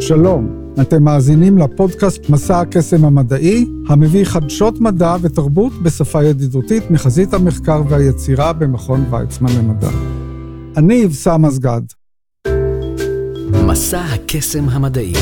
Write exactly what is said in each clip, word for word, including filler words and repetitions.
שלום, אתם מאזינים לפודקאסט מסע הקסם המדעי, המביא חדשות מדע ותרבות בשפה ידידותית מחזית המחקר והיצירה במכון ויצמן למדע. אני אבשם אסגד. מסע הקסם המדעי.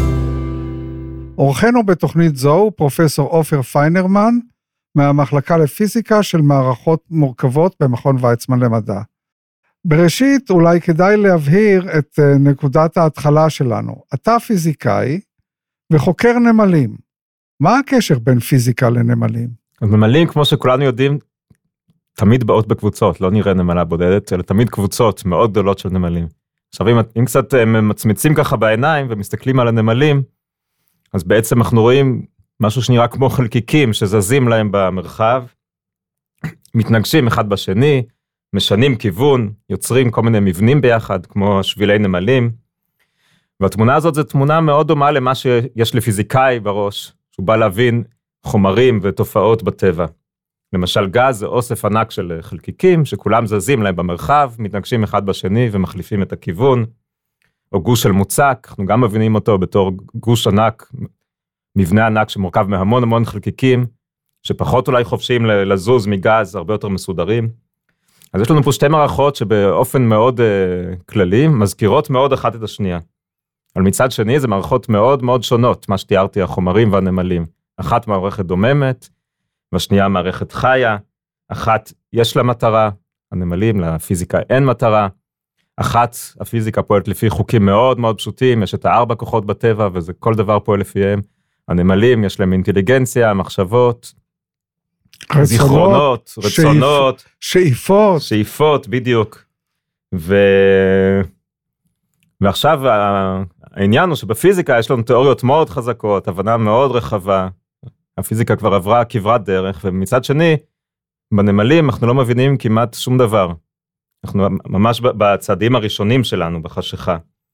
אורחנו בתוכנית זו הוא פרופסור עופר פיינרמן, מהמחלקה לפיזיקה של מערכות מורכבות במכון ויצמן למדע. בראשית, אולי כדאי להבהיר את נקודת ההתחלה שלנו. אתה פיזיקאי וחוקר נמלים. מה הקשר בין פיזיקה לנמלים? נמלים, כמו שכולנו יודעים, תמיד באות בקבוצות, לא נראה נמלה בודדת, אלא תמיד קבוצות מאוד גדולות של נמלים. עכשיו, אם, אם קצת מצמצים ככה בעיניים ומסתכלים על הנמלים, אז בעצם אנחנו רואים משהו שנראה כמו חלקיקים שזזים להם במרחב, מתנגשים אחד בשני, משנים כיוון, יוצרים כל מיני מבנים ביחד, כמו שבילי נמלים, והתמונה הזאת זו תמונה מאוד דומה למה שיש לפיזיקאי בראש, שהוא בא להבין חומרים ותופעות בטבע. למשל גז זה אוסף ענק של חלקיקים, שכולם זזים להם במרחב, מתנגשים אחד בשני ומחליפים את הכיוון, או גוש של מוצק, אנחנו גם מבינים אותו בתור גוש ענק, מבנה ענק שמורכב מהמון המון חלקיקים, שפחות אולי חופשיים לזוז מגז, הרבה יותר מסודרים. אז יש לנו פה שתי מערכות שבאופן מאוד uh, כללי, מזכירות מאוד אחת את השנייה. אבל מצד שני זה מערכות מאוד מאוד שונות, מה שתיארתי, החומרים והנמלים. אחת מערכת דוממת, והשנייה מערכת חיה, אחת יש לה מטרה, הנמלים לפיזיקה אין מטרה, אחת הפיזיקה פועלת לפי חוקים מאוד מאוד פשוטים, יש את הארבע כוחות בטבע, וזה כל דבר פועל לפיהם. הנמלים יש להם אינטליגנציה, מחשבות, רצונות, זיכרונות, רצונות, שאיפות, שאיפות, בדיוק. ו... ועכשיו העניין הוא שבפיזיקה יש לנו תיאוריות מאוד חזקות, הבנה מאוד רחבה, הפיזיקה כבר עברה כברת דרך, ומצד שני, בנמלים אנחנו לא מבינים כמעט שום דבר. אנחנו ממש בצעדים הראשונים שלנו בחשיכה.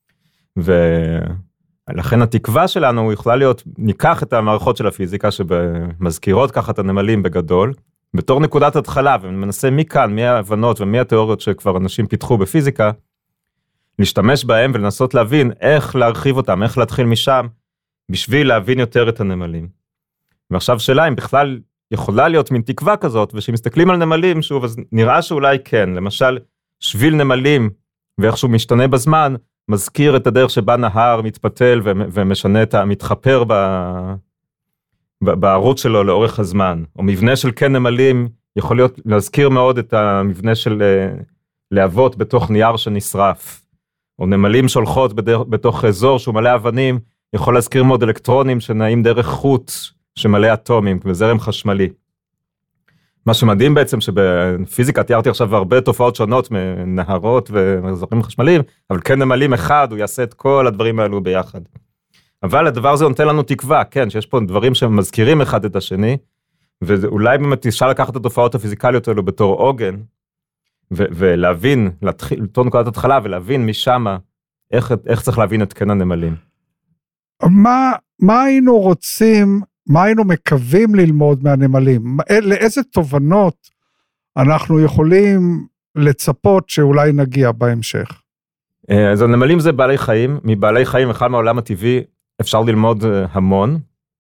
ולכן התקווה שלנו יכולה להיות, ניקח את המערכות של הפיזיקה שמזכירות ככה את הנמלים בגדול, בתור נקודת התחלה, ומנסה מכאן, מי ההבנות ומי התיאוריות שכבר אנשים פיתחו בפיזיקה, להשתמש בהם ולנסות להבין איך להרחיב אותם, איך להתחיל משם, בשביל להבין יותר את הנמלים. ועכשיו שאלה אם בכלל יכולה להיות מין תקווה כזאת, ושמסתכלים על נמלים, שוב, אז נראה שאולי כן, למשל, שביל נמלים, ואיכשהו משתנה בזמן, מזכיר את הדרך שבה נהר מתפתל, ומשנה את המתחפר בערוץ שלו לאורך הזמן, או מבנה של כן נמלים, יכול להיות להזכיר מאוד את המבנה של להבות בתוך נייר שנשרף, או נמלים שולחות בתוך אזור שהוא מלא אבנים, יכול להזכיר מאוד אלקטרונים שנעים דרך חוט שמלא אטומים, וזרם חשמלי. מה שמדהים בעצם שבפיזיקה תיארתי עכשיו הרבה תופעות שונות מנהרות וזרמים חשמליים, אבל כן נמלים אחד, הוא יעשה את כל הדברים האלו ביחד. אבל הדבר הזה נותן לנו תקווה, כן, שיש פה דברים שמזכירים אחד את השני, ואולי באמת אפשר לקחת את התופעות הפיזיקליות האלו בתור עוגן, ו- ולהבין, להתחיל, לתור נקודת התחלה, ולהבין משם איך, איך צריך להבין את כן הנמלים. מה, מה היינו רוצים, מה היינו מקווים ללמוד מהנמלים? לאיזה תובנות אנחנו יכולים לצפות שאולי נגיע בהמשך? אז הנמלים זה בעלי חיים, מבעלי חיים אחד מהעולם הטבעי אפשר ללמוד המון,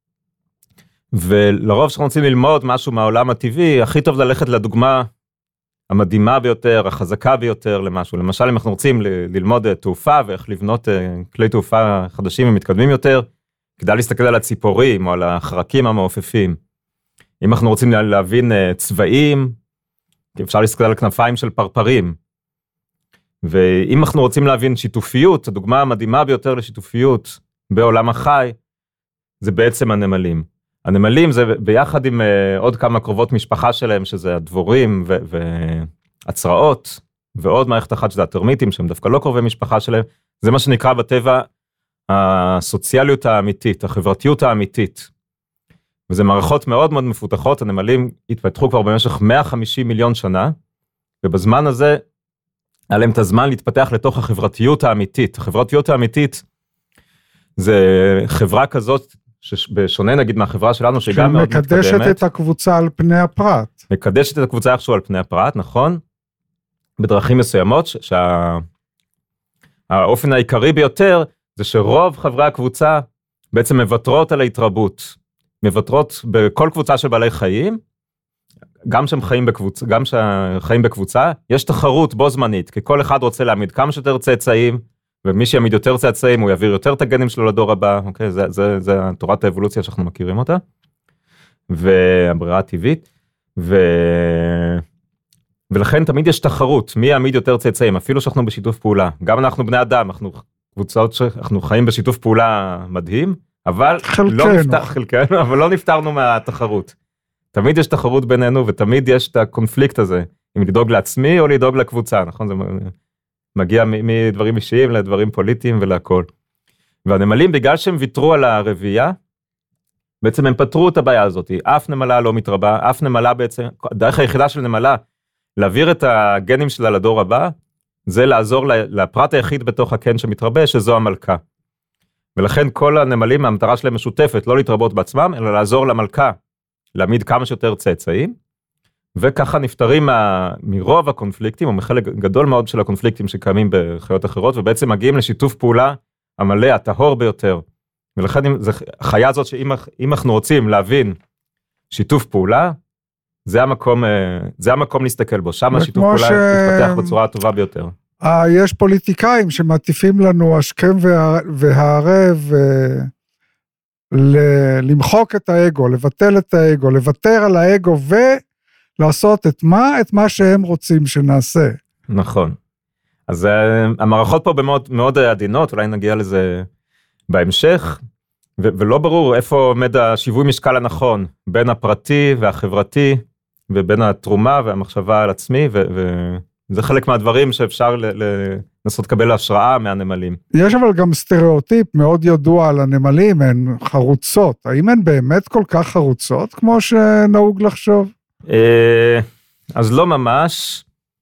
ולרוב שאנחנו רוצים ללמוד משהו מהעולם הטבעי, הכי טוב ללכת לדוגמה המדהימה ביותר, החזקה ביותר למשהו. למשל, אם אנחנו רוצים ללמוד תעופה ואיך לבנות כלי תעופה חדשים ומתקדמים יותר, כדאי להסתכל על הציפורים או על החרקים המעופפים. אם אנחנו רוצים להבין צבעים, אפשר להסתכל על כנפיים של פרפרים. ואם אנחנו רוצים להבין שיתופיות, הדוגמה המדהימה ביותר לשיתופיות בעולם החי, זה בעצם הנמלים. הנמלים זה ביחד עם עוד כמה קרובות משפחה שלהם, שזה הדבורים והצרעות, ועוד מערכת אחת שזה הטרמיטים, שהם דווקא לא קרובי משפחה שלהם, זה מה שנקרא בטבע הסוציאליות האמיתית, החברתיות האמיתית. וזה מערכות מאוד מאוד מפותחות, הנמלים התפתחו כבר במשך מאה וחמישים מיליון שנה, ובזמן הזה היה להם את הזמן להתפתח לתוך החברתיות האמיתית. החברתיות האמיתית זה חברה כזאת, שבשונה נגיד מהחברה שלנו, שגם מאוד מתקדמת. שמקדשת את הקבוצה על פני הפרט. מקדשת את הקבוצה איכשהו על פני הפרט, נכון? בדרכים מסוימות, שהאופן העיקרי ביותר, זה שרוב חברי הקבוצה בעצם מבטרות על ההתרבות, מבטרות בכל קבוצה של בעלי חיים, גם שהם חיים בקבוצה, גם שחיים בקבוצה, יש תחרות בו זמנית, כי כל אחד רוצה להעמיד כמה שיותר צאצאים, ומי שיעמיד יותר צאצאים, הוא יעביר יותר את הגנים שלו לדור הבא, אוקיי? זה, זה, זה תורת האבולוציה שאנחנו מכירים אותה, והברירה הטבעית, ו... ולכן תמיד יש תחרות, מי יעמיד יותר צאצאים, אפילו שאנחנו בשיתוף פעולה, גם אנחנו בני אדם, אנחנו קבוצות שאנחנו חיים בשיתוף פעולה מדהים, אבל לא נפתר, חלקנו, אבל לא נפטרנו מהתחרות. תמיד יש תחרות בינינו, ותמיד יש את הקונפליקט הזה, אם לדאוג לעצמי או לדאוג לקבוצה, נכון? זה מגיע מדברים אישיים לדברים פוליטיים ולהכל. והנמלים, בגלל שהם ויתרו על הרבייה, בעצם הם פתרו את הבעיה הזאת, אף נמלה לא מתרבה, אף נמלה בעצם, הדרך היחידה של נמלה, להעביר את הגנים שלה לדור הבא, זה לעזור לפרט היחיד בתוך הקן שמתרבה, שזו המלכה. ולכן כל הנמלים, המטרה שלהם משותפת, לא להתרבות בעצמם, אלא לעזור למלכה, להעמיד כמה שיותר צאצאים, וככה נפטרים מה, מרוב הקונפליקטים, או מחלק גדול מאוד של הקונפליקטים שקיימים בחיות אחרות, ובעצם מגיעים לשיתוף פעולה המלא, הטהור ביותר. ולכן זה החיה הזאת שאם אנחנו רוצים להבין שיתוף פעולה, זה המקום, זה המקום להסתכל בו, שם השיתוף פעולה ש... יתפתח בצורה הטובה ביותר. יש פוליטיקאים שמטיפים לנו השכם והערב, למחוק את האגו, לבטל את האגו, לוותר על האגו ולעשות את מה? את מה שהם רוצים שנעשה. נכון. אז המערכות פה במאוד, מאוד עדינות, אולי נגיע לזה בהמשך, ו- ולא ברור איפה עומד השיווי משקל הנכון, בין הפרטי והחברתי, ובין התרומה והמחשבה על עצמי, ו- וזה חלק מהדברים שאפשר ל- לנסות לקבל השראה מהנמלים. יש אבל גם סטריאוטיפ מאוד ידוע על הנמלים, הן חרוצות. האם הן באמת כל כך חרוצות, כמו שנהוג לחשוב? אז לא ממש,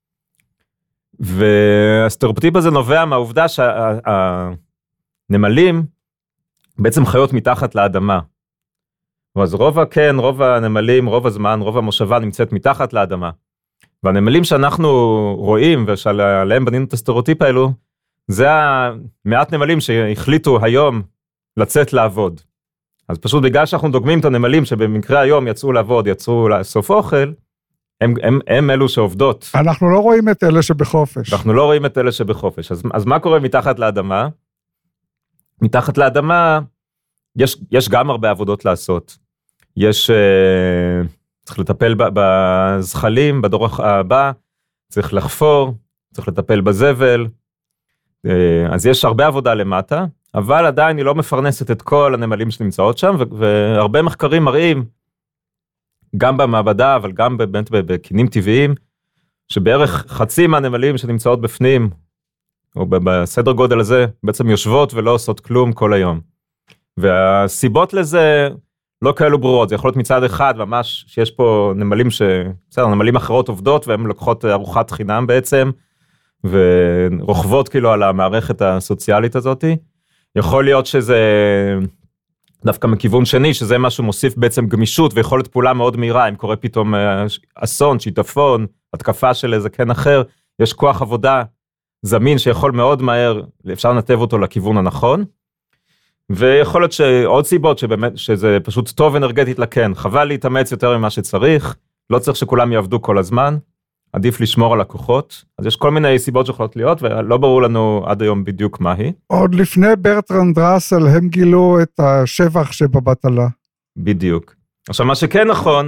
והסטריאוטיפ הזה נובע מהעובדה שהנמלים בעצם חיות מתחת לאדמה. אז רוב הכן, רוב הנמלים, רוב הזמן, רוב המושבה נמצאת מתחת לאדמה. והנמלים שאנחנו רואים ושעליהם בנינו את הסטריאוטיפ האלו, זה המעט נמלים שהחליטו היום לצאת לעבוד. אז פשוט בגלל שאנחנו דוגמים את הנמלים שבמקרה היום יצאו לעבוד, יצאו לאסוף אוכל, הם, הם, הם אלו שעובדות. אנחנו לא רואים את אלה שבחופש. אנחנו לא רואים את אלה שבחופש. אז, אז מה קורה מתחת לאדמה? מתחת לאדמה יש, יש גם הרבה עבודות לעשות. יש, אה, צריך לטפל בזחלים, בדור הבא, צריך לחפור, צריך לטפל בזבל. אה, אז יש הרבה עבודה למטה, אבל עדיין היא לא מפרנסת את כל הנמלים שנמצאות שם, והרבה מחקרים מראים, גם במעבדה, אבל גם באמת בקינים טבעיים, שבערך חצי מהנמלים שנמצאות בפנים, או בסדר גודל הזה, בעצם יושבות ולא עושות כלום כל היום. והסיבות לזה לא כאלו ברורות, זה יכול להיות מצד אחד, ממש שיש פה נמלים ש... בסדר, נמלים אחרות עובדות, והן לוקחות ארוחת חינם בעצם, ורוכבות כאילו על המערכת הסוציאלית הזאת. יכול להיות שזה דווקא מכיוון שני, שזה משהו מוסיף בעצם גמישות, ויכולת פעולה מאוד מהירה, אם קורה פתאום אסון, שיטפון, התקפה של איזה כן אחר, יש כוח עבודה זמין שיכול מאוד מהר, אפשר לנתב אותו לכיוון הנכון, ויכול להיות שעוד סיבות שבאמת, שזה פשוט טוב אנרגטית לכן, חבל להתאמץ יותר ממה שצריך, לא צריך שכולם יעבדו כל הזמן, עדיף לשמור על הכוחות, אז יש כל מיני סיבות שיכולות להיות, ולא ברור לנו עד היום בדיוק מה היא. עוד לפני ברטרנד ראסל, הם גילו את השבח שבבטלה. בדיוק. עכשיו, מה שכן נכון,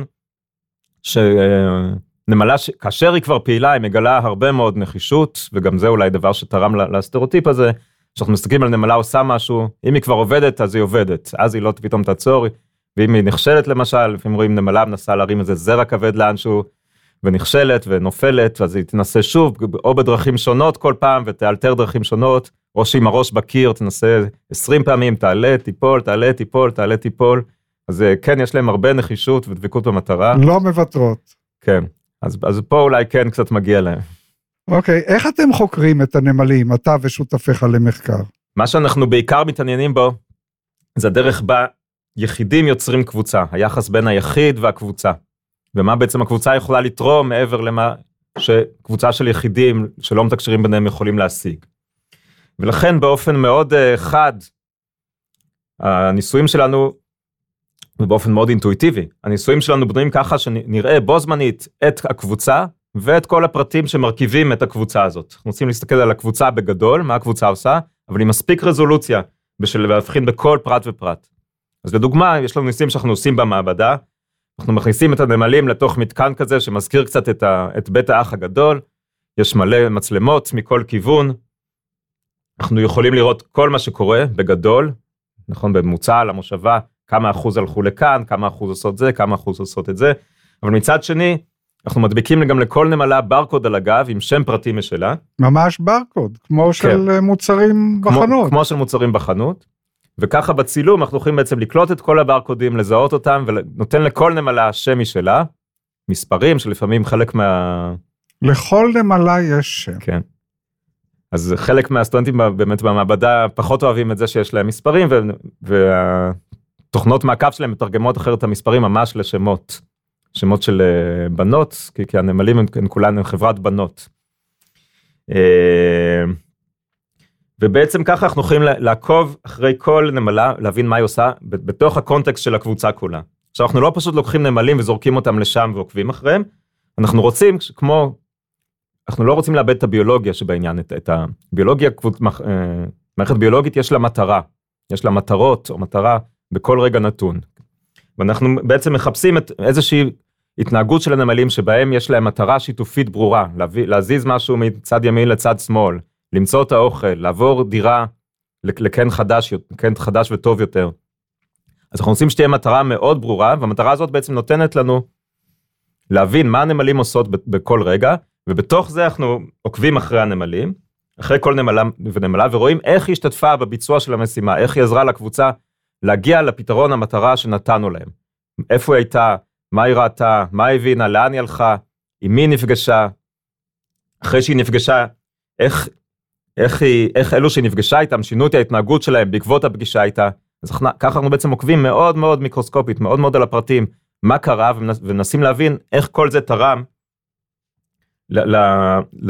שנמלה, כאשר היא כבר פעילה, היא מגלה הרבה מאוד נחישות, וגם זה אולי דבר שתרם לסטריאוטיפ הזה, שאנחנו מסתכלים על נמלה עושה משהו, אם היא כבר עובדת, אז היא עובדת, אז היא לא פתאום תעצור, ואם היא נכשלת למשל, לפעמים רואים נמלה מנסה להרים איזה זרע כבד לאנשהו, ונכשלת ונופלת, אז היא תנסה שוב, או בדרכים שונות כל פעם, ותאלתר דרכים שונות, או שעם הראש בקיר, תנסה עשרים פעמים, תעלה, תיפול, תעלה, תיפול, תעלה, תיפול, אז כן, יש להם הרבה נחישות ודבקות במטרה. לא מוותרות. כן, אז, אז פה אולי כן קצת מגיע להם. אוקיי, איך אתם חוקרים את הנמלים, אתה ושותפיך למחקר? מה שאנחנו בעיקר מתעניינים בו, זה הדרך בה יחידים יוצרים קבוצה, היחס בין היחיד והקבוצה. ומה בעצם הקבוצה יכולה לתרום מעבר למה שקבוצה של יחידים שלא מתקשרים ביניהם יכולים להשיג. ולכן באופן מאוד uh, חד, הניסויים שלנו, ובאופן מאוד אינטואיטיבי, הניסויים שלנו בנויים ככה שנראה בו זמנית את הקבוצה, ואת כל הפרטים שמרכיבים את הקבוצה הזאת. אנחנו רוצים להסתכל על הקבוצה בגדול, מה הקבוצה עושה, אבל עם מספיק רזולוציה, בשביל להבחין בכל פרט ופרט. אז לדוגמה, יש לנו ניסויים שאנחנו עושים במעבדה, אנחנו מכניסים את הנמלים לתוך מתקן כזה, שמזכיר קצת את, ה, את בית האח הגדול, יש מלא מצלמות מכל כיוון, אנחנו יכולים לראות כל מה שקורה בגדול, נכון, בממוצע על המושבה, כמה אחוז הלכו לכאן, כמה אחוז עושות זה, כמה אחוז עושות את זה, אבל מצד שני, אנחנו מדביקים גם לכל נמלה ברקוד על הגב, עם שם פרטי משלה. ממש ברקוד, כמו של כן. מוצרים כמו, בחנות. כמו של מוצרים בחנות, וככה בצילום אנחנו יכולים בעצם לקלוט את כל הברקודים, לזהות אותם, ונותן לכל נמלה שם משלה, מספרים שלפעמים חלק מה... לכל נמלה יש שם. כן. אז חלק מהסטודנטים באמת במעבדה פחות אוהבים את זה שיש להם מספרים, והתוכנות מעקב שלהם מתרגמות אחרת המספרים ממש לשמות, שמות של בנות, כי, כי הנמלים הם, הם כולן הם חברת בנות. ובעצם ככה אנחנו יכולים לעקוב אחרי כל נמלה, להבין מה היא עושה, בתוך הקונטקסט של הקבוצה כולה. עכשיו אנחנו לא פשוט לוקחים נמלים וזורקים אותם לשם ועוקבים אחריהם, אנחנו רוצים, כמו, אנחנו לא רוצים לאבד את הביולוגיה שבעניין, את, את הביולוגיה, מערכת ביולוגית יש לה מטרה, יש לה מטרות או מטרה בכל רגע נתון. ואנחנו בעצם מחפשים את איזושהי התנהגות של הנמלים שבהם יש להם מטרה שיתופית ברורה, להביא, להזיז משהו מצד ימין לצד שמאל, למצוא את האוכל, לעבור דירה לקן חדש, קן חדש וטוב יותר. אז אנחנו רוצים שתהיה מטרה מאוד ברורה, והמטרה הזאת בעצם נותנת לנו להבין מה הנמלים עושות בכל רגע, ובתוך זה אנחנו עוקבים אחרי הנמלים, אחרי כל נמלה ונמלה, ורואים איך היא השתתפה בביצוע של המשימה, איך היא עזרה לקבוצה להגיע לפתרון המטרה שנתנו להם. איפה היא הייתה, מה היא ראתה, מה היא הבינה, לאן היא הלכה, עם מי נפגשה, אחרי שהיא נפגשה, איך, איך, היא, איך אלו שנפגשה איתם, שינו את ההתנהגות שלהם בעקבות הפגישה איתה, אז ככה אנחנו בעצם עוקבים מאוד מאוד מיקרוסקופית, מאוד מאוד על הפרטים, מה קרה, ומנסים להבין איך כל זה תרם ל, ל, ל,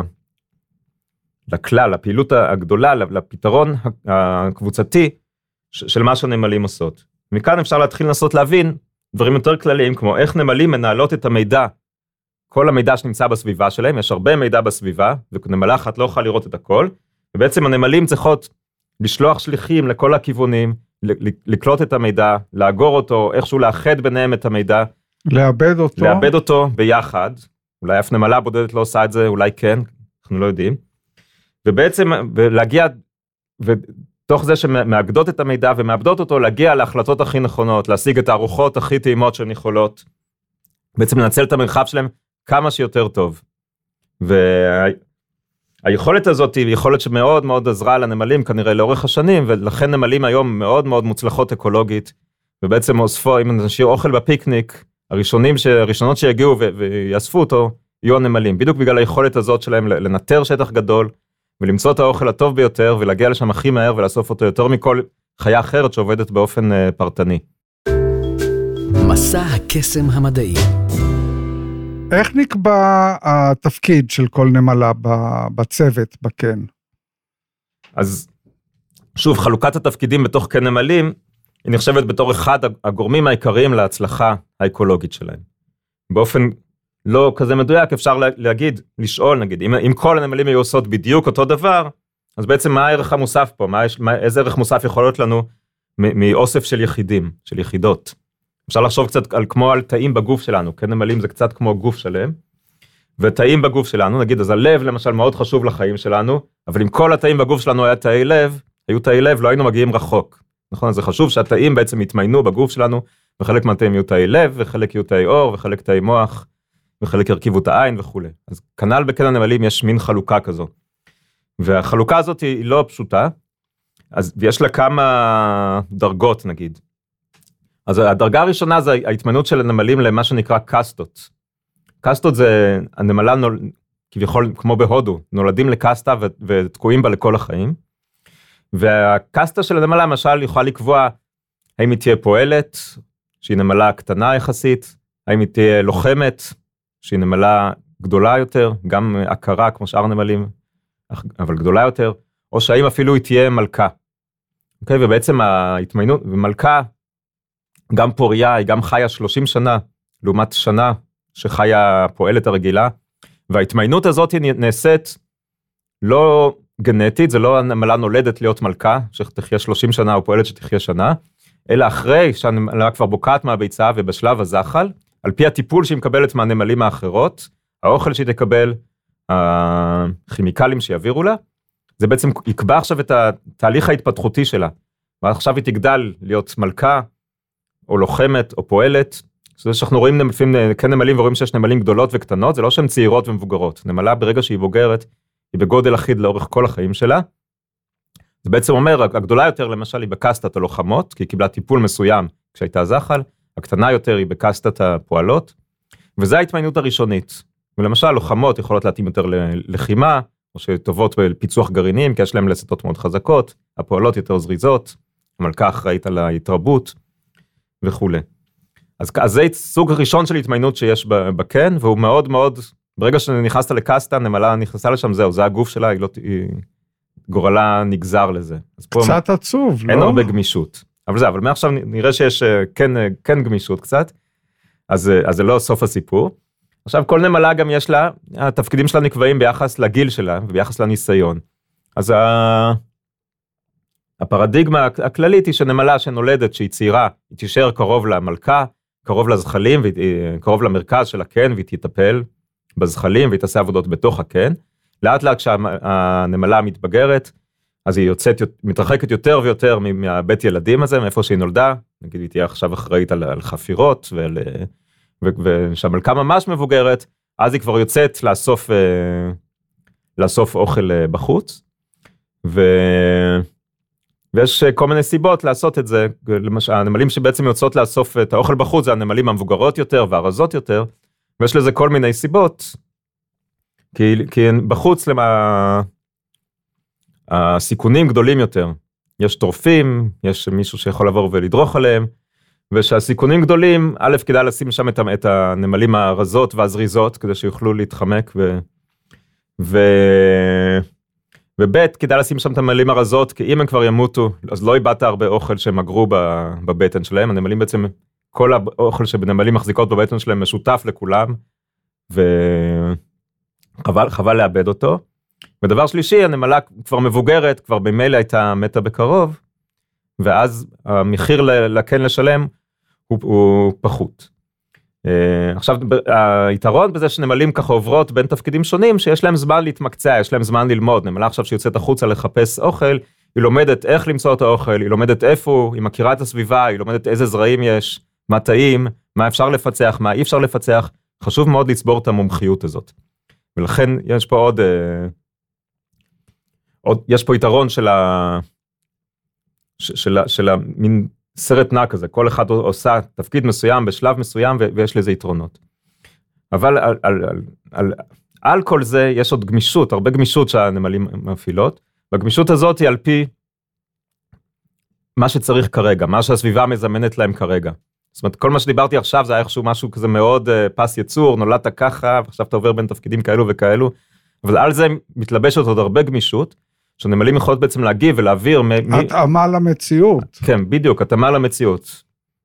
לכלל, לפעילות הגדולה, לפתרון הקבוצתי של מה שהנמלים עושות. מכאן אפשר להתחיל לנסות להבין דברים יותר כלליים, כמו איך נמלים מנהלות את המידע, כל המידע שנמצא בסביבה שלהם, יש הרבה מידע בסביבה, ונמלה אחת לא יכולה לראות את הכל, ובעצם הנמלים צריכות לשלוח שליחים לכל הכיוונים, לקלוט את המידע, לאגור אותו, איכשהו לאחד ביניהם את המידע, לאבד אותו, לאבד אותו ביחד, אולי אף נמלה בודדת לא עושה את זה, אולי כן, אנחנו לא יודעים, ובעצם להגיע, ותוך זה שמאגדות את המידע ומאבדות אותו, להגיע להחלטות הכי נכונות, להשיג את הארוחות הכי טעימות שהן יכולות, בעצם לנצל את המרחב שלהם כמה שיותר טוב. והיכולת הזאת היא יכולת שמאוד מאוד עזרה לנמלים כנראה לאורך השנים, ולכן נמלים היום מאוד מאוד מוצלחות אקולוגית, ובעצם אוספו, אם נשאיר אוכל בפיקניק, הראשונים ש... הראשונות שיגיעו ו... ויאספו אותו, יהיו הנמלים, בדיוק בגלל היכולת הזאת שלהם לנטר שטח גדול, ולמצוא את האוכל הטוב ביותר, ולהגיע לשם הכי מהר, ולאסוף אותו יותר מכל חיה אחרת שעובדת באופן uh, פרטני. מסע הקסם המדעי. איך נקבע התפקיד של כל נמלה בצוות, בקן? אז שוב, חלוקת התפקידים בתוך קן נמלים, היא נחשבת בתור אחד הגורמים העיקריים להצלחה האקולוגית שלהם. באופן לא כזה מדויק, אפשר להגיד, לשאול נגיד, אם, אם כל הנמלים היו עושות בדיוק אותו דבר, אז בעצם מה הערך המוסף פה? מה, מה, איזה ערך מוסף יכול להיות לנו מאוסף של יחידים, של יחידות? אפשר לחשוב קצת על, כמו על תאים בגוף שלנו, כן, נמלים זה קצת כמו גוף שלם, ותאים בגוף שלנו, נגיד, אז הלב למשל מאוד חשוב לחיים שלנו, אבל אם כל התאים בגוף שלנו היה תאי לב, היו תאי לב, לא היינו מגיעים רחוק. נכון, אז זה חשוב שהתאים בעצם יתמיינו בגוף שלנו, וחלק מהתאים יהיו תאי לב, וחלק יהיו תאי אור, וחלק תאי מוח, וחלק ירכיבו את העין וכו'. אז כנ"ל בקן הנמלים יש מין חלוקה כזו. והחלוקה הזאת היא לא פשוטה, אז יש לה כמה דרגות נגיד. אז הדרגה הראשונה זה ההתמיינות של הנמלים למה שנקרא קסטות. קסטות זה הנמלה נול... כביכול כמו בהודו, נולדים לקסטה ו... ותקועים בה לכל החיים. והקסטה של הנמלה למשל יכולה לקבוע האם היא תהיה פועלת, שהיא נמלה קטנה יחסית, האם היא תהיה לוחמת, שהיא נמלה גדולה יותר, גם עקרה כמו שאר נמלים, אבל גדולה יותר, או שהאם אפילו היא תהיה מלכה. אוקיי, ובעצם ההתמיינות, ומלכה, גם פוריה, היא גם חיה שלושים שנה, לעומת שנה שחיה פועלת הרגילה, וההתמיינות הזאת היא נעשית לא גנטית, זה לא הנמלה נולדת להיות מלכה, שתחיה שלושים שנה או פועלת שתחיה שנה, אלא אחרי שהנמלה כבר בוקעת מהביצה ובשלב הזחל, על פי הטיפול שהיא מקבלת מהנמלים האחרות, האוכל שהיא תקבל, הכימיקלים שיעבירו לה, זה בעצם יקבע עכשיו את התהליך ההתפתחותי שלה, ועכשיו היא תגדל להיות מלכה, או לוחמת, או פועלת, זה שאנחנו רואים לפעמים כן נמלים, ורואים שיש נמלים גדולות וקטנות, זה לא שהן צעירות ומבוגרות, נמלה ברגע שהיא בוגרת, היא בגודל אחיד לאורך כל החיים שלה, זה בעצם אומר, הגדולה יותר למשל היא בקסטת הלוחמות, כי היא קיבלה טיפול מסוים כשהייתה זחל, הקטנה יותר היא בקסטת הפועלות, וזו ההתמיינות הראשונית, ולמשל לוחמות יכולות להתאים יותר ללחימה, או שטובות בפיצוח גרעינים, כי יש להם לסתות מאוד חזקות, הפועלות יותר זריזות, המלכה אחראית על ההתרבות, וכו'. אז, אז זה סוג ראשון של התמיינות שיש בקן, והוא מאוד מאוד, ברגע שנכנסת לקסטה, נמלה נכנסה לשם, זהו, זה הגוף שלה, היא לא, היא, גורלה נגזר לזה. קצת פה, עצוב, אין לא? אין הרבה גמישות. אבל זה, אבל מעכשיו נראה שיש כן, כן גמישות קצת, אז, אז זה לא סוף הסיפור. עכשיו, כל נמלה גם יש לה, התפקידים שלה נקבעים ביחס לגיל שלה, וביחס לניסיון. אז ה... הפרדיגמה הכללית היא שנמלה שנולדת, שהיא צעירה, היא תישאר קרוב למלכה, קרוב לזחלים, קרוב למרכז של הקן, והיא תטפל בזחלים, והיא תעשה עבודות בתוך הקן. לאט לאט כשהנמלה מתבגרת, אז היא יוצאת, מתרחקת יותר ויותר מהבית ילדים הזה, מאיפה שהיא נולדה, נגיד היא תהיה עכשיו אחראית על, על חפירות, ועל, ושהמלכה ממש מבוגרת, אז היא כבר יוצאת לאסוף, לאסוף אוכל בחוץ, ו... ויש כל מיני סיבות לעשות את זה, למשל, הנמלים שבעצם יוצאות לאסוף את האוכל בחוץ, זה הנמלים המבוגרות יותר והרזות יותר, ויש לזה כל מיני סיבות, כי, כי בחוץ למה, הסיכונים גדולים יותר, יש טורפים, יש מישהו שיכול לעבור ולדרוך עליהם, ושהסיכונים גדולים, א', כדאי לשים שם את, את הנמלים הרזות והזריזות, כדי שיוכלו להתחמק, ו... ו... וב' כדאי לשים שם את הנמלים הרזות, כי אם הם כבר ימותו, אז לא איבדת הרבה אוכל שהם אגרו בבטן שלהם, הנמלים בעצם, כל האוכל שבנמלים מחזיקות בבטן שלהם משותף לכולם, וחבל חבל לאבד אותו. ודבר שלישי, הנמלה כבר מבוגרת, כבר במילא הייתה מתה בקרוב, ואז המחיר לכן לשלם הוא, הוא פחות. עכשיו, היתרון בזה שנמלים ככה עוברות בין תפקידים שונים, שיש להם זמן להתמקצע, יש להם זמן ללמוד. נמלה עכשיו שיוצאת החוצה לחפש אוכל, היא לומדת איך למצוא את האוכל, היא לומדת איפה, היא מכירה את הסביבה, היא לומדת איזה זרעים יש, מה טעים, מה אפשר לפצח, מה אי אפשר לפצח. חשוב מאוד לצבור את המומחיות הזאת. ולכן יש פה עוד, עוד יש פה יתרון של ה... של, של המין סרט נע כזה, כל אחד עושה תפקיד מסוים בשלב מסוים, ויש לזה יתרונות. אבל על, על, על, על, על כל זה יש עוד גמישות, הרבה גמישות שהנמלים מפעילות, והגמישות הזאת היא על פי מה שצריך כרגע, מה שהסביבה מזמנת להם כרגע. זאת אומרת, כל מה שדיברתי עכשיו זה היה איכשהו משהו כזה מאוד פס יצור, נולדת ככה, ועכשיו אתה עובר בין תפקידים כאלו וכאלו, אבל על זה מתלבשת עוד הרבה גמישות, שנמלים יכולות בעצם להגיב ולהעביר... התאמה למציאות. כן, בדיוק, התאמה למציאות.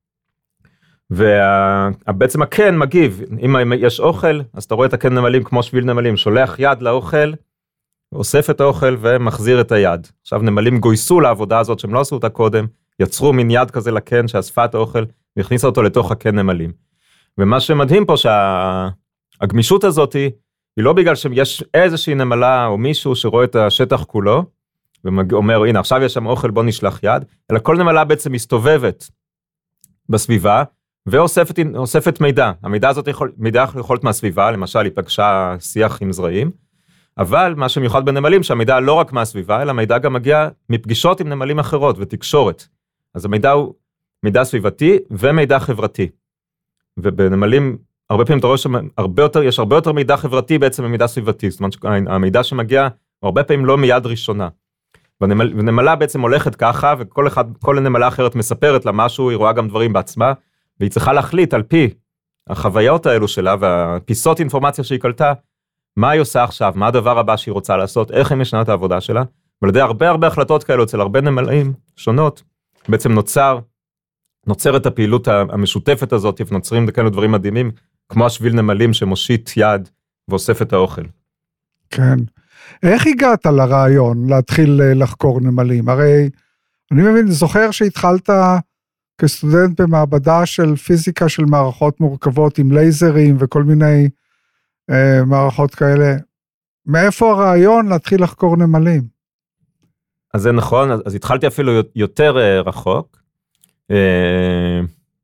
ובעצם הקן מגיב, אם יש אוכל, אז אתה רואה את הקן נמלים כמו שביל נמלים, שולח יד לאוכל, אוסף את האוכל ומחזיר את היד. עכשיו נמלים גויסו לעבודה הזאת שהם לא עשו אותה קודם, יצרו מין יד כזה לקן שאספה את האוכל, והכניסה אותו לתוך הקן נמלים. ומה שמדהים פה שהגמישות הזאת היא, היא לא בגלל שיש איזושהי נמלה או מישהו שרואה את השטח כולו, ואומר, הנה, עכשיו יש שם אוכל, בוא נשלח יד, אלא כל נמלה בעצם מסתובבת בסביבה, ואוספת מידע. המידע הזאת יכול, מידע יכול להיות מהסביבה, למשל, היא פגשה שיח עם זרעים, אבל מה שמיוחד בנמלים, שהמידע לא רק מהסביבה, אלא מידע גם מגיע מפגישות עם נמלים אחרות ותקשורת. אז המידע הוא מידע סביבתי ומידע חברתי. ובנמלים, הרבה פעמים אתה רואה שהרבה יותר, יש הרבה יותר מידע חברתי בעצם ממידע סביבתי. זאת אומרת, המידע שמגיע, הוא הרבה פעמים לא מיד ראשונה. ונמל, ונמלה בעצם הולכת ככה, וכל אחד, כל נמלה אחרת מספרת לה משהו, היא רואה גם דברים בעצמה, והיא צריכה להחליט על פי החוויות האלו שלה, והפיסות אינפורמציה שהיא קלטה, מה היא עושה עכשיו, מה הדבר הבא שהיא רוצה לעשות, איך היא משנה את העבודה שלה, ועל ידי הרבה הרבה החלטות כאלו אצל הרבה נמלים שונות, בעצם נוצר, נוצרת הפעילות המשותפת הזאת, ונוצרים כאלו דברים מדהימים, כמו השביל נמלים שמושיט יד ואוסף את האוכל. כן. איך הגעת לרעיון להתחיל לחקור נמלים? הרי אני מבין, זוכר שהתחלת כסטודנט במעבדה של פיזיקה של מערכות מורכבות עם לייזרים וכל מיני אה, מערכות כאלה. מאיפה הרעיון להתחיל לחקור נמלים? אז זה נכון, אז, אז התחלתי אפילו יותר אה, רחוק, אה,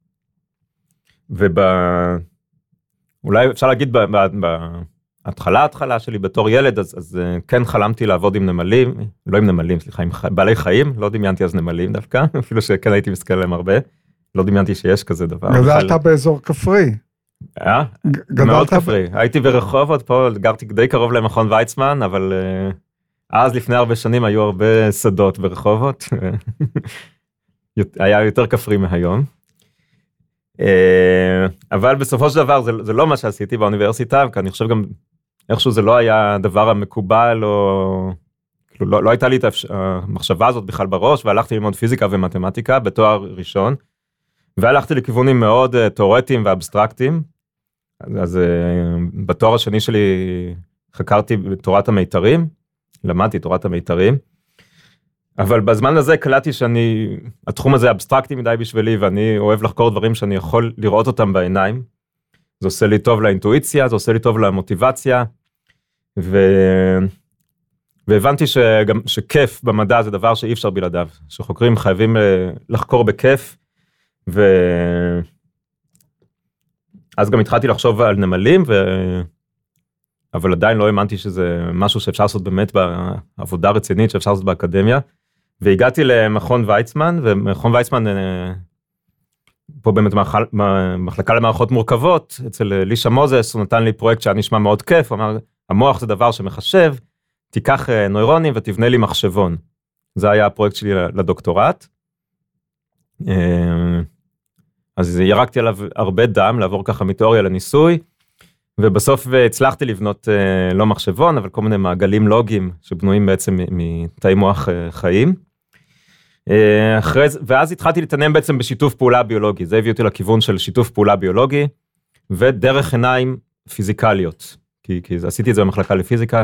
ואולי אפשר להגיד ב... ב, ב התחלה, התחלה שלי בתור ילד, אז, אז כן חלמתי לעבוד עם נמלים, לא עם נמלים, סליחה, עם ח... בעלי חיים, לא דמיינתי אז נמלים דווקא, אפילו שכן הייתי מסתכל עליהם הרבה, לא דמיינתי שיש כזה דבר. גדלת בכלל... באזור כפרי. אה? גדלת... מאוד כפרי, הייתי ברחובות, פה גרתי די קרוב למכון ויצמן, אבל uh, אז לפני הרבה שנים היו הרבה שדות ברחובות, היה יותר כפרי מהיום. Uh, אבל בסופו של דבר זה, זה לא מה שעשיתי באוניברסיטה, כי אני חושב גם איכשהו זה לא היה הדבר המקובל, או כאילו לא, לא הייתה לי את המחשבה הזאת בכלל בראש, והלכתי ללמוד פיזיקה ומתמטיקה בתואר ראשון, והלכתי לכיוונים מאוד uh, תיאורטיים ואבסטרקטיים, אז, אז uh, בתואר השני שלי חקרתי בתורת המיתרים, למדתי תורת המיתרים, אבל בזמן הזה קלטתי שאני, התחום הזה אבסטרקטי מדי בשבילי, ואני אוהב לחקור דברים שאני יכול לראות אותם בעיניים, זה עושה לי טוב לאינטואיציה, זה עושה לי טוב למוטיבציה, ו... והבנתי שגם, שכיף במדע זה דבר שאי אפשר בלעדיו, שחוקרים חייבים לחקור בכיף, ו... אז גם התחלתי לחשוב על נמלים, ו... אבל עדיין לא האמנתי שזה משהו שאפשר לעשות באמת בעבודה רצינית, שאפשר לעשות באקדמיה, והגעתי למכון ויצמן, ומכון ויצמן, פה באמת מחלקה למערכות מורכבות, אצל לישה מוזס, הוא נתן לי פרויקט שהיה נשמע מאוד כיף, הוא אמר, המוח זה דבר שמחשב, תיקח נוירונים ותבנה לי מחשבון. זה היה הפרויקט שלי לדוקטורט. אז ירקתי עליו הרבה דם, לעבור ככה מתיאוריה לניסוי, ובסוף הצלחתי לבנות לא מחשבון, אבל כל מיני מעגלים לוגיים, שבנויים בעצם מתאי מוח חיים. אחרי, ואז התחלתי להתעניין בעצם בשיתוף פעולה ביולוגי, זה הביא אותי לכיוון של שיתוף פעולה ביולוגי, ודרך עיניים פיזיקליות, כי, כי עשיתי את זה במחלקה לפיזיקה,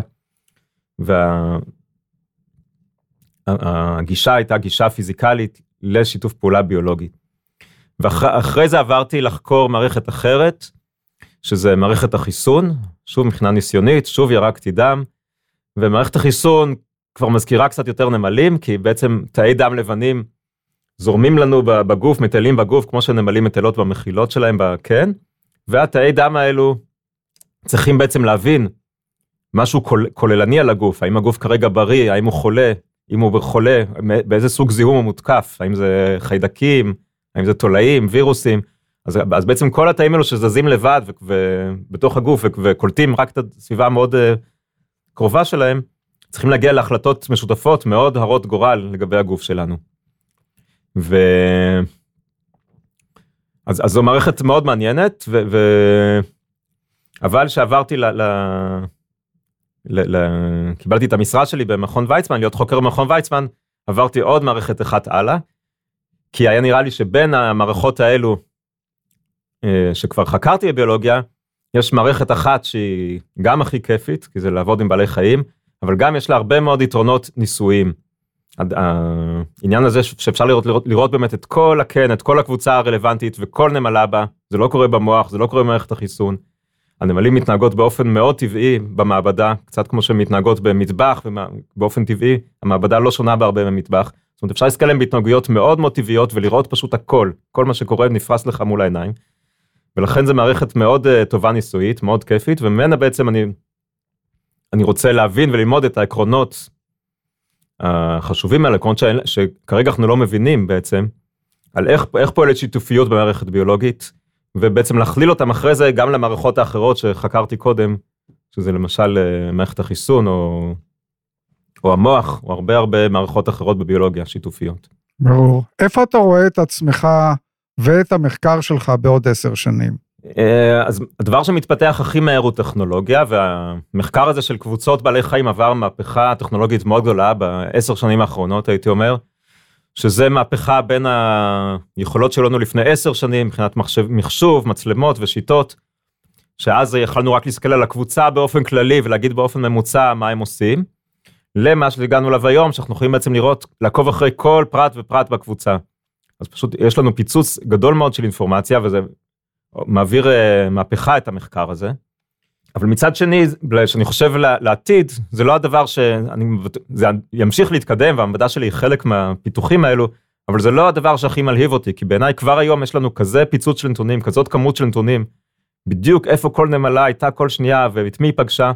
והגישה הייתה גישה פיזיקלית לשיתוף פעולה ביולוגי. ואחרי זה עברתי לחקור מערכת אחרת, שזה מערכת החיסון, שוב מבחינה ניסיונית, שוב ירקתי דם, ומערכת החיסון כבר מזכירה קצת יותר נמלים, כי בעצם תאי דם לבנים זורמים לנו בגוף, מטיילים בגוף, כמו שנמלים מטיילות במחילות שלהם בקן, והתאי דם האלו צריכים בעצם להבין משהו כוללני על הגוף, האם הגוף כרגע בריא, האם הוא חולה, אם הוא חולה, באיזה סוג זיהום הוא מותקף, האם זה חיידקים, האם זה תולעים, וירוסים, אז, אז בעצם כל התאים האלו שזזים לבד ובתוך הגוף וקולטים רק את הסביבה המאוד קרובה שלהם, צריכים להגיע להחלטות משותפות מאוד הרות גורל לגבי הגוף שלנו. ו... אז, אז זו מערכת מאוד מעניינת, ו... ו... אבל שעברתי ל... ל... ל... ל... קיבלתי את המשרה שלי במכון ויצמן, להיות חוקר במכון ויצמן, עברתי עוד מערכת אחת הלאה, כי היה נראה לי שבין המערכות האלו, שכבר חקרתי בביולוגיה, יש מערכת אחת שהיא גם הכי כיפית, כי זה לעבוד עם בעלי חיים, אבל גם יש לה הרבה מאוד יתרונות ניסויים. העניין הזה שאפשר לראות, לראות, לראות באמת את כל הקן, את כל הקבוצה הרלוונטית, וכל נמלה בה, זה לא קורה במוח, זה לא קורה במערכת החיסון. הנמלים מתנהגות באופן מאוד טבעי במעבדה, קצת כמו שהן מתנהגות במטבח, ובאופן טבעי, המעבדה לא שונה בהרבה ממטבח. זאת אומרת, אפשר להסתכל עליהם בהתנהגויות מאוד מאוד טבעיות, ולראות פשוט הכל, כל מה שקורה נפרס לך מול העיניים. ולכן זו מערכת מאוד uh, טובה ניסויית, מאוד כיפית, וממנה בעצם אני, אני רוצה להבין וללמוד את העקרונות החשובים האלה, עקרונות ש... שכרגע אנחנו לא מבינים בעצם, על איך, איך פועלת שיתופיות במערכת ביולוגית, ובעצם להכליל אותם אחרי זה גם למערכות האחרות שחקרתי קודם, שזה למשל uh, מערכת החיסון, או, או המוח, או הרבה הרבה מערכות אחרות בביולוגיה, שיתופיות. ברור. איפה אתה רואה את עצמך ואת המחקר שלך בעוד עשר שנים? אז הדבר שמתפתח הכי מהר הוא טכנולוגיה, והמחקר הזה של קבוצות בעלי חיים עבר מהפכה טכנולוגית מאוד גדולה בעשר שנים האחרונות, הייתי אומר, שזה מהפכה בין היכולות שלנו לפני עשר שנים, מבחינת מחשב, מחשוב, מצלמות ושיטות, שאז יכלנו רק להסתכל על הקבוצה באופן כללי, ולהגיד באופן ממוצע מה הם עושים, למה שהגענו אליו היום, שאנחנו יכולים בעצם לראות, לעקוב אחרי כל פרט ופרט בקבוצה. אז פשוט יש לנו פיצוץ גדול מאוד של אינפורמציה, וזה מעביר מהפכה את המחקר הזה. אבל מצד שני, שאני חושב לעתיד, זה לא הדבר שאני, זה ימשיך להתקדם, והמדע שלי היא חלק מהפיתוחים האלו, אבל זה לא הדבר שהכי מלהיב אותי, כי בעיניי כבר היום יש לנו כזה פיצוץ של נתונים, כזאת כמות של נתונים, בדיוק איפה כל נמלה הייתה כל שנייה, ואת מי היא פגשה,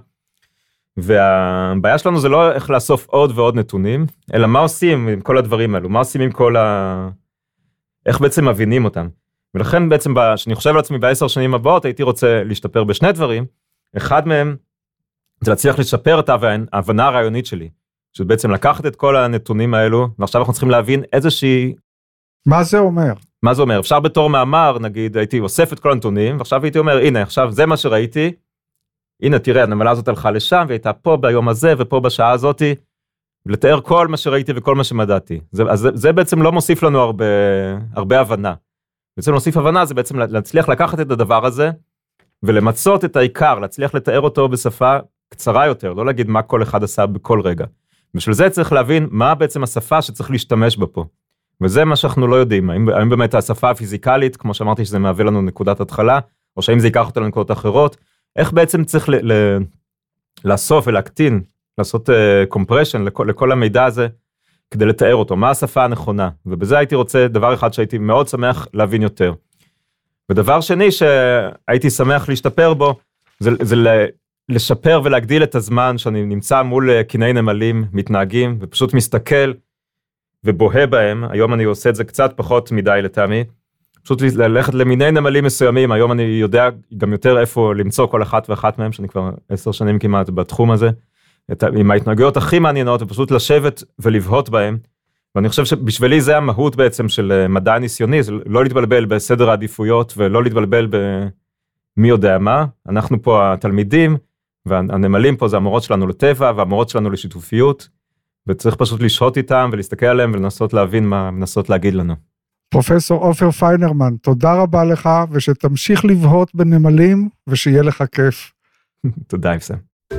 והבעיה שלנו זה לא איך לאסוף עוד ועוד נתונים, אלא מה עושים עם כל הדברים האלו, מה עושים עם כל ה... איך בעצם מבינים אותם. ולכן בעצם, כשאני חושב על עצמי בעשר שנים הבאות, הייתי רוצה להשתפר בשני דברים, אחד מהם זה להצליח לשפר את ההבנה הרעיונית שלי, שזה בעצם לקחת את כל הנתונים האלו, ועכשיו אנחנו צריכים להבין איזושהי... מה זה אומר? מה זה אומר? אפשר בתור מאמר, נגיד, הייתי אוסף את כל הנתונים, ועכשיו הייתי אומר, הנה, עכשיו זה מה שראיתי, הנה, תראה, הנמלה הזאת הלכה לשם, והייתה פה ביום הזה, ופה בשעה הזאת, ולתאר כל מה שראיתי וכל מה שמדעתי. זה, אז זה, זה בעצם לא מוסיף לנו הרבה, הרבה הבנה. בעצם להוסיף הבנה, זה בעצם להצליח לקחת את הדבר הזה, ולמצות את העיקר, להצליח לתאר אותו בשפה קצרה יותר, לא להגיד מה כל אחד עשה בכל רגע. בשביל זה צריך להבין מה בעצם השפה שצריך להשתמש בה פה. וזה מה שאנחנו לא יודעים, האם, האם באמת השפה הפיזיקלית, כמו שאמרתי שזה מהווה לנו נקודת התחלה, או שהאם זה ייקח אותנו לנקודות אחרות, איך בעצם צריך ל, ל, לאסוף ולהקטין, לעשות קומפרשן uh, לכל, לכל המידע הזה, כדי לתאר אותו, מה השפה הנכונה, ובזה הייתי רוצה דבר אחד שהייתי מאוד שמח להבין יותר. ודבר שני שהייתי שמח להשתפר בו, זה, זה לשפר ולהגדיל את הזמן שאני נמצא מול קיני נמלים מתנהגים, ופשוט מסתכל ובוהה בהם, היום אני עושה את זה קצת פחות מדי לטעמי, פשוט ללכת למיני נמלים מסוימים, היום אני יודע גם יותר איפה למצוא כל אחת ואחת מהם, שאני כבר עשר שנים כמעט בתחום הזה, את, עם ההתנהגויות הכי מעניינות, ופשוט לשבת ולבהות בהם, ואני חושב שבשבילי זה המהות בעצם של מדע ניסיוני, זה לא להתבלבל בסדר העדיפויות, ולא להתבלבל במי יודע מה, אנחנו פה התלמידים, והנמלים פה זה המורות שלנו לטבע, והמורות שלנו לשיתופיות, וצריך פשוט לשהות איתם, ולהסתכל עליהם, ולנסות להבין מה מנסות להגיד לנו. פרופסור עופר פיינרמן, תודה רבה לך, ושתמשיך לבהות בנמלים, ושיהיה לך כיף. תודה, יפסם.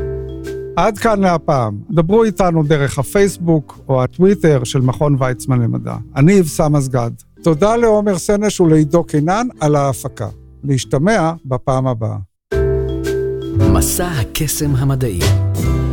עד כאן להפעם, דברו איתנו דרך הפייסבוק או הטוויטר של מכון ויצמן למדע. אני יפסם מסגד. תודה לעומר סנש ולעידו קינן על ההפקה. להשתמע בפעם הבאה. מסע הקסם המדעי.